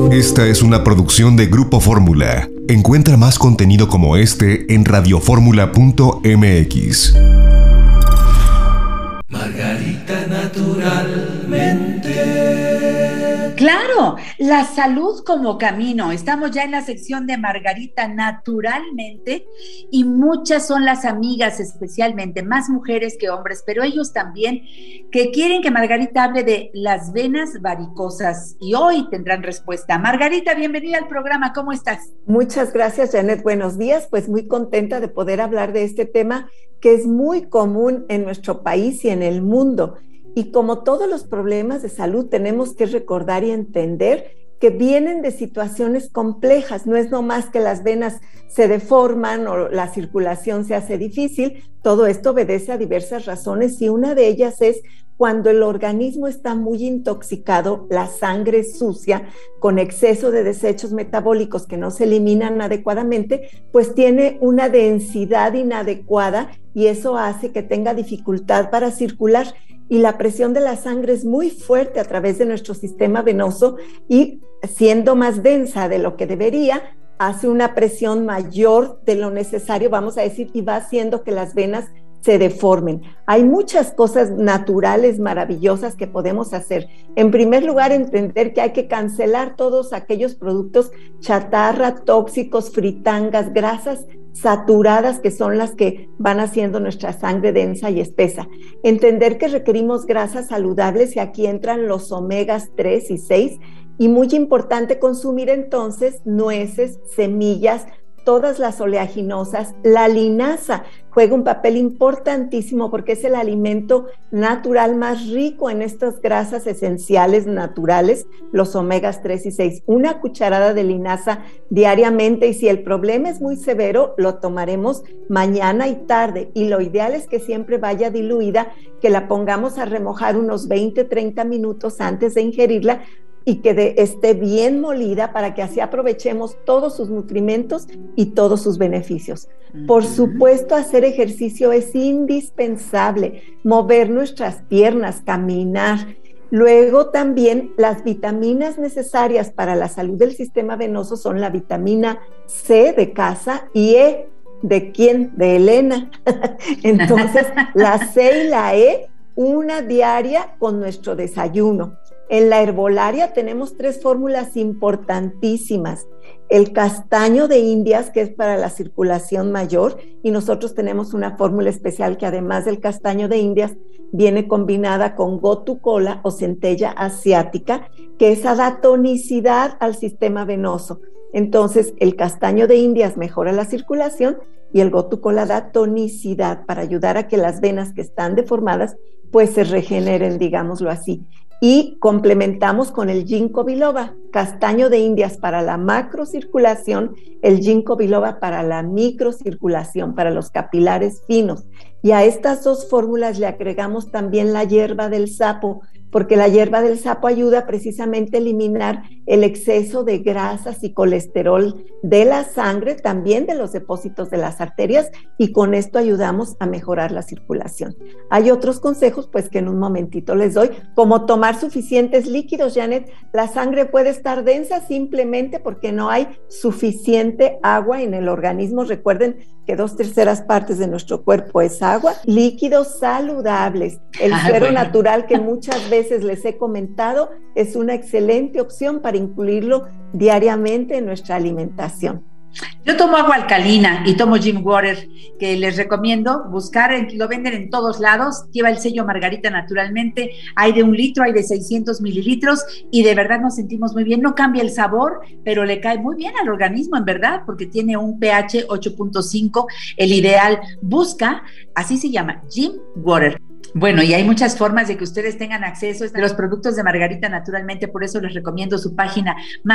Esta es una producción de Grupo Fórmula. Encuentra más contenido como este en radioformula.mx. Margarita naturalmente. Claro, la salud como camino. Estamos ya en la sección de Margarita naturalmente y muchas son las amigas, especialmente más mujeres que hombres, pero ellos también que quieren que Margarita hable de las venas varicosas y hoy tendrán respuesta. Margarita, bienvenida al programa, ¿cómo estás? Muchas gracias, Janet. Buenos días, pues muy contenta de poder hablar de este tema que es muy común en nuestro país y en el mundo. Y como todos los problemas de salud, tenemos que recordar y entender que vienen de situaciones complejas. No es nomás que las venas se deforman o la circulación se hace difícil. Todo esto obedece a diversas razones y una de ellas es cuando el organismo está muy intoxicado, la sangre sucia, con exceso de desechos metabólicos que no se eliminan adecuadamente, pues tiene una densidad inadecuada y eso hace que tenga dificultad para circular. Y la presión de la sangre es muy fuerte a través de nuestro sistema venoso y siendo más densa de lo que debería, hace una presión mayor de lo necesario, vamos a decir, y va haciendo que las venas se deformen. Hay muchas cosas naturales maravillosas que podemos hacer. En primer lugar, entender que hay que cancelar todos aquellos productos chatarra, tóxicos, fritangas, grasas saturadas que son las que van haciendo nuestra sangre densa y espesa. Entender que requerimos grasas saludables y aquí entran los omegas 3 y 6 y muy importante consumir entonces nueces, semillas, todas las oleaginosas. La linaza juega un papel importantísimo porque es el alimento natural más rico en estas grasas esenciales naturales, los omegas 3 y 6. Una cucharada de linaza diariamente y si el problema es muy severo, lo tomaremos mañana y tarde y lo ideal es que siempre vaya diluida, que la pongamos a remojar unos 20-30 minutos antes de ingerirla y que esté bien molida para que así aprovechemos todos sus nutrimentos y todos sus beneficios. Por supuesto, hacer ejercicio es indispensable, mover nuestras piernas, caminar. Luego también las vitaminas necesarias para la salud del sistema venoso son la vitamina C de casa y E. ¿De quién? De Elena. Entonces, la C y la E, una diaria con nuestro desayuno. En la herbolaria tenemos 3 fórmulas importantísimas. El castaño de Indias, que es para la circulación mayor, y nosotros tenemos una fórmula especial que además del castaño de Indias, viene combinada con gotu kola o centella asiática, que esa da tonicidad al sistema venoso. Entonces, el castaño de Indias mejora la circulación y el gotu kola da tonicidad para ayudar a que las venas que están deformadas pues se regeneren, digámoslo así. Y complementamos con el ginkgo biloba, castaño de Indias para la macrocirculación, el ginkgo biloba para la microcirculación, para los capilares finos. Y a estas 2 fórmulas le agregamos también la hierba del sapo, porque la hierba del sapo ayuda precisamente a eliminar el exceso de grasas y colesterol de la sangre, también de los depósitos de las arterias, y con esto ayudamos a mejorar la circulación. Hay otros consejos, pues que en un momentito les doy, como tomar suficientes líquidos, Janet. La sangre puede estar densa simplemente porque no hay suficiente agua en el organismo. Recuerden que 2/3 partes de nuestro cuerpo es agua. Líquidos saludables. El suero natural que muchas veces les he comentado es una excelente opción para incluirlo diariamente en nuestra alimentación. Yo tomo agua alcalina y tomo Gym Water, que les recomiendo buscar, lo venden en todos lados, lleva el sello Margarita naturalmente, hay de 1 litro, hay de 600 mililitros y de verdad nos sentimos muy bien, no cambia el sabor, pero le cae muy bien al organismo en verdad, porque tiene un pH 8.5, el ideal. Busca, así se llama, Gym Water. Bueno, y hay muchas formas de que ustedes tengan acceso a los productos de Margarita Naturalmente, por eso les recomiendo su página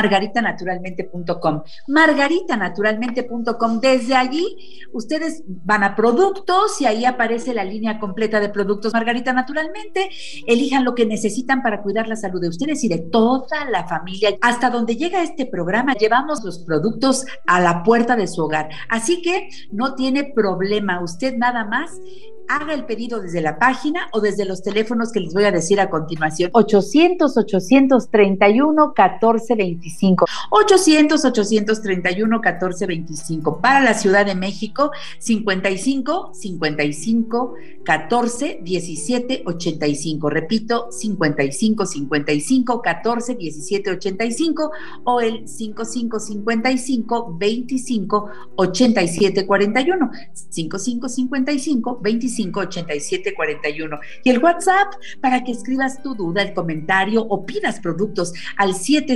margaritanaturalmente.com. margaritanaturalmente.com. Desde allí ustedes van a productos y ahí aparece la línea completa de productos Margarita Naturalmente. Elijan lo que necesitan para cuidar la salud de ustedes y de toda la familia. Hasta donde llega este programa, llevamos los productos a la puerta de su hogar. Así que no tiene problema, usted nada más haga el pedido desde la página o desde los teléfonos que les voy a decir a continuación. 800-831-1425. 800-831-1425. Para la Ciudad de México, 55-55-14-17-85. Repito, 55-55-14-17-85 o el 55-55-25-87-41. 55-55-25-87-41. Y el WhatsApp para que escribas tu duda, el comentario o pidas productos al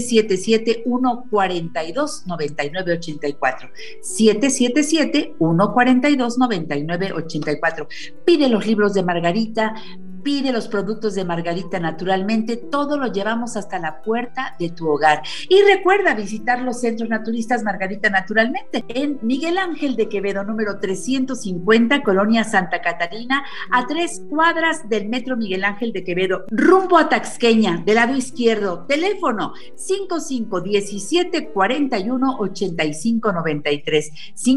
777-142-9984. 777-142-9984. Pide los libros de Margarita, pide los productos de Margarita Naturalmente, todo lo llevamos hasta la puerta de tu hogar. Y recuerda visitar los centros naturistas Margarita Naturalmente en Miguel Ángel de Quevedo, número 350, Colonia Santa Catarina, a 3 cuadras del Metro Miguel Ángel de Quevedo, rumbo a Taxqueña, del lado izquierdo. Teléfono 55-17-41-85-93,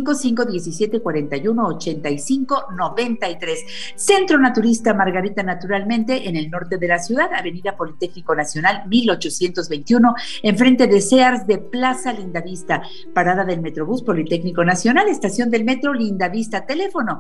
55-17-41-85-93. Centro Naturista Margarita Naturalmente en el norte de la ciudad, Avenida Politécnico Nacional 1821, enfrente de Sears de Plaza Lindavista, parada del Metrobús Politécnico Nacional, estación del Metro Lindavista, teléfono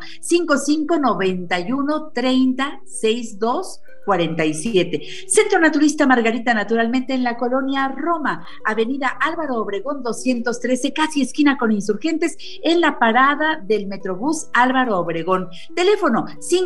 55-91-30-62-47. Centro Naturista Margarita Naturalmente en la colonia Roma, Avenida Álvaro Obregón 213, casi esquina con Insurgentes, en la parada del Metrobús Álvaro Obregón. Teléfono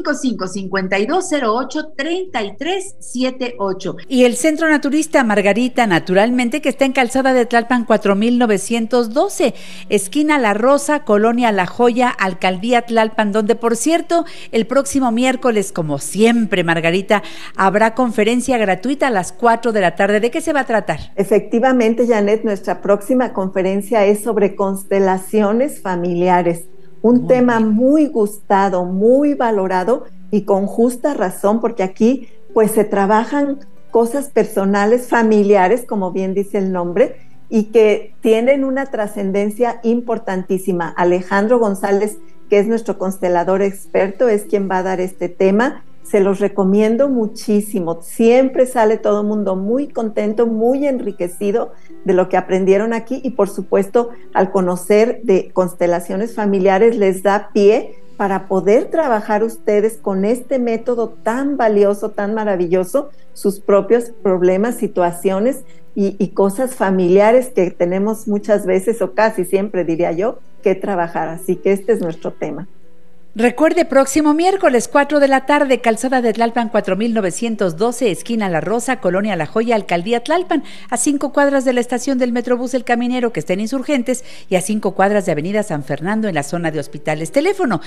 55-5208-3378. Y el Centro Naturista Margarita Naturalmente, que está en Calzada de Tlalpan 4912, esquina La Rosa, colonia La Joya, Alcaldía Tlalpan, donde, por cierto, el próximo miércoles, como siempre, Margarita, habrá conferencia gratuita a las 4 de la tarde. ¿De qué se va a tratar? Efectivamente, Janet, nuestra próxima conferencia es sobre constelaciones familiares, un tema muy gustado, muy valorado y con justa razón, porque aquí pues se trabajan cosas personales, familiares, como bien dice el nombre, y que tienen una trascendencia importantísima. Alejandro González, que es nuestro constelador experto, es quien va a dar este tema. Se los recomiendo muchísimo. Siempre sale todo el mundo muy contento, muy enriquecido de lo que aprendieron aquí, y por supuesto, al conocer de constelaciones familiares les da pie para poder trabajar ustedes con este método tan valioso, tan maravilloso, sus propios problemas, situaciones y cosas familiares que tenemos muchas veces, o casi siempre diría yo, que trabajar. Así que este es nuestro tema. Recuerde, próximo miércoles, 4 de la tarde, Calzada de Tlalpan 4912, esquina La Rosa, Colonia La Joya, Alcaldía Tlalpan, a 5 cuadras de la estación del Metrobús El Caminero, que está en Insurgentes, y a 5 cuadras de Avenida San Fernando, en la zona de hospitales. Teléfono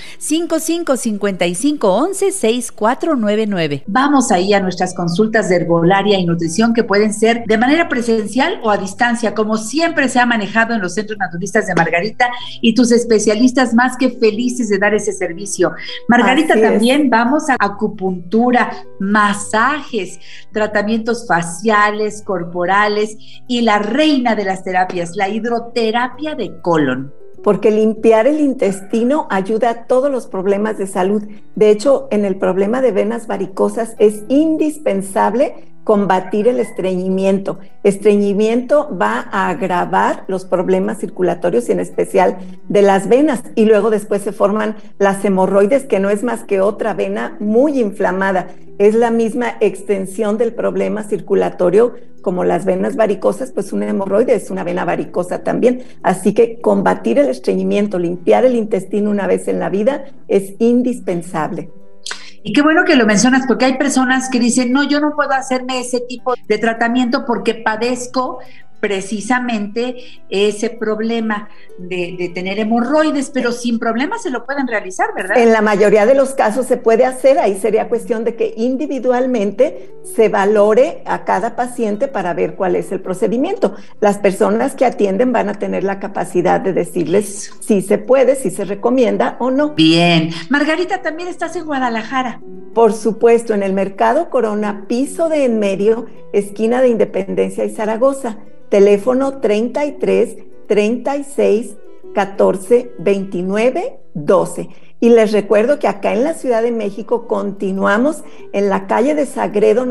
55-55-11-6499. Vamos ahí a nuestras consultas de herbolaria y nutrición, que pueden ser de manera presencial o a distancia, como siempre se ha manejado en los centros naturistas de Margarita, y tus especialistas más que felices de dar ese servicio. Margarita, también vamos a acupuntura, masajes, tratamientos faciales, corporales, y la reina de las terapias, la hidroterapia de colon. Porque limpiar el intestino ayuda a todos los problemas de salud. De hecho, en el problema de venas varicosas es indispensable combatir el estreñimiento. Estreñimiento va a agravar los problemas circulatorios y en especial de las venas, y luego después se forman las hemorroides, que no es más que otra vena muy inflamada. Es la misma extensión del problema circulatorio, como las venas varicosas, pues una hemorroide es una vena varicosa también. Así que combatir el estreñimiento, limpiar el intestino una vez en la vida es indispensable. Y qué bueno que lo mencionas, porque hay personas que dicen, no, yo no puedo hacerme ese tipo de tratamiento porque padezco precisamente ese problema de tener hemorroides, pero sin problema se lo pueden realizar, ¿verdad? En la mayoría de los casos se puede hacer. Ahí sería cuestión de que individualmente se valore a cada paciente para ver cuál es el procedimiento. Las personas que atienden van a tener la capacidad de decirles si se puede, si se recomienda o no. Bien. Margarita, también estás en Guadalajara. Por supuesto, en el Mercado Corona, piso de en medio, esquina de Independencia y Zaragoza. Teléfono 33 36 14 29 12. Y les recuerdo que acá en la Ciudad de México continuamos en la calle de Sagredo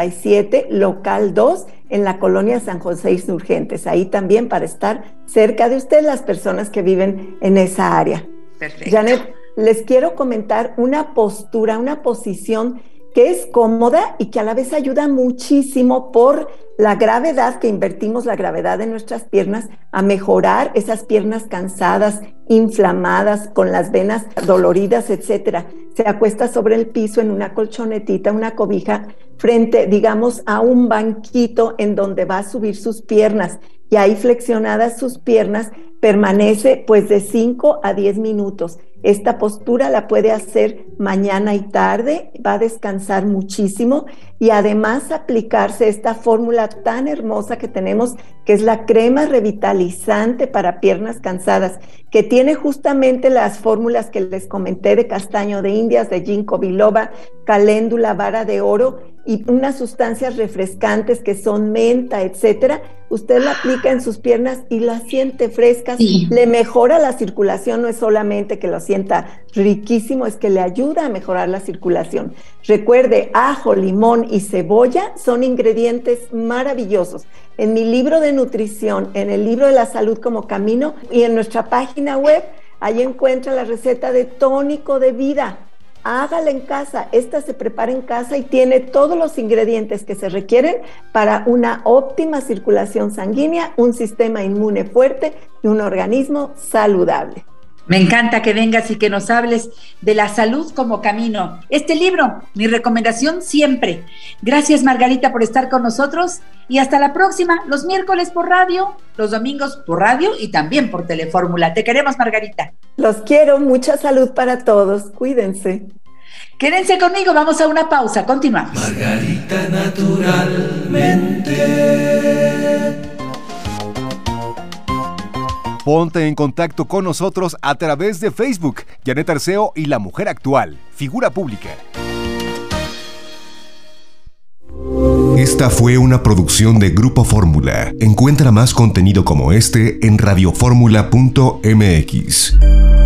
97, local 2, en la colonia San José Insurgentes. Ahí también para estar cerca de usted, las personas que viven en esa área. Perfecto. Janet, les quiero comentar una postura, una posición que es cómoda y que a la vez ayuda muchísimo por la gravedad que invertimos, la gravedad de nuestras piernas, a mejorar esas piernas cansadas, inflamadas, con las venas doloridas, etcétera. Se acuesta sobre el piso en una colchonetita, una cobija, frente, digamos, a un banquito en donde va a subir sus piernas, y ahí flexionadas sus piernas permanece pues de 5 a 10 minutos. Esta postura la puede hacer mañana y tarde, va a descansar muchísimo y además aplicarse esta fórmula tan hermosa que tenemos, que es la crema revitalizante para piernas cansadas, que tiene justamente las fórmulas que les comenté de castaño de Indias, de ginkgo biloba, caléndula, vara de oro y unas sustancias refrescantes que son menta, etcétera. Usted la aplica en sus piernas y la siente fresca, sí. Le mejora la circulación, no es solamente que lo sienta riquísimo, es que le ayuda a mejorar la circulación. Recuerde, ajo, limón y cebolla son ingredientes maravillosos. En mi libro de nutrición, en el libro de la salud como camino y en nuestra página web, ahí encuentra la receta de tónico de vida. Hágala en casa, esta se prepara en casa y tiene todos los ingredientes que se requieren para una óptima circulación sanguínea, un sistema inmune fuerte y un organismo saludable. Me encanta que vengas y que nos hables de la salud como camino. Este libro, mi recomendación siempre. Gracias, Margarita, por estar con nosotros y hasta la próxima, los miércoles por radio, los domingos por radio y también por Telefórmula. Te queremos, Margarita. Los quiero, mucha salud para todos, cuídense. Quédense conmigo, vamos a una pausa, continuamos. Margarita naturalmente. Ponte en contacto con nosotros a través de Facebook, Janet Arceo y La Mujer Actual, figura pública. Esta fue una producción de Grupo Fórmula. Encuentra más contenido como este en radioformula.mx.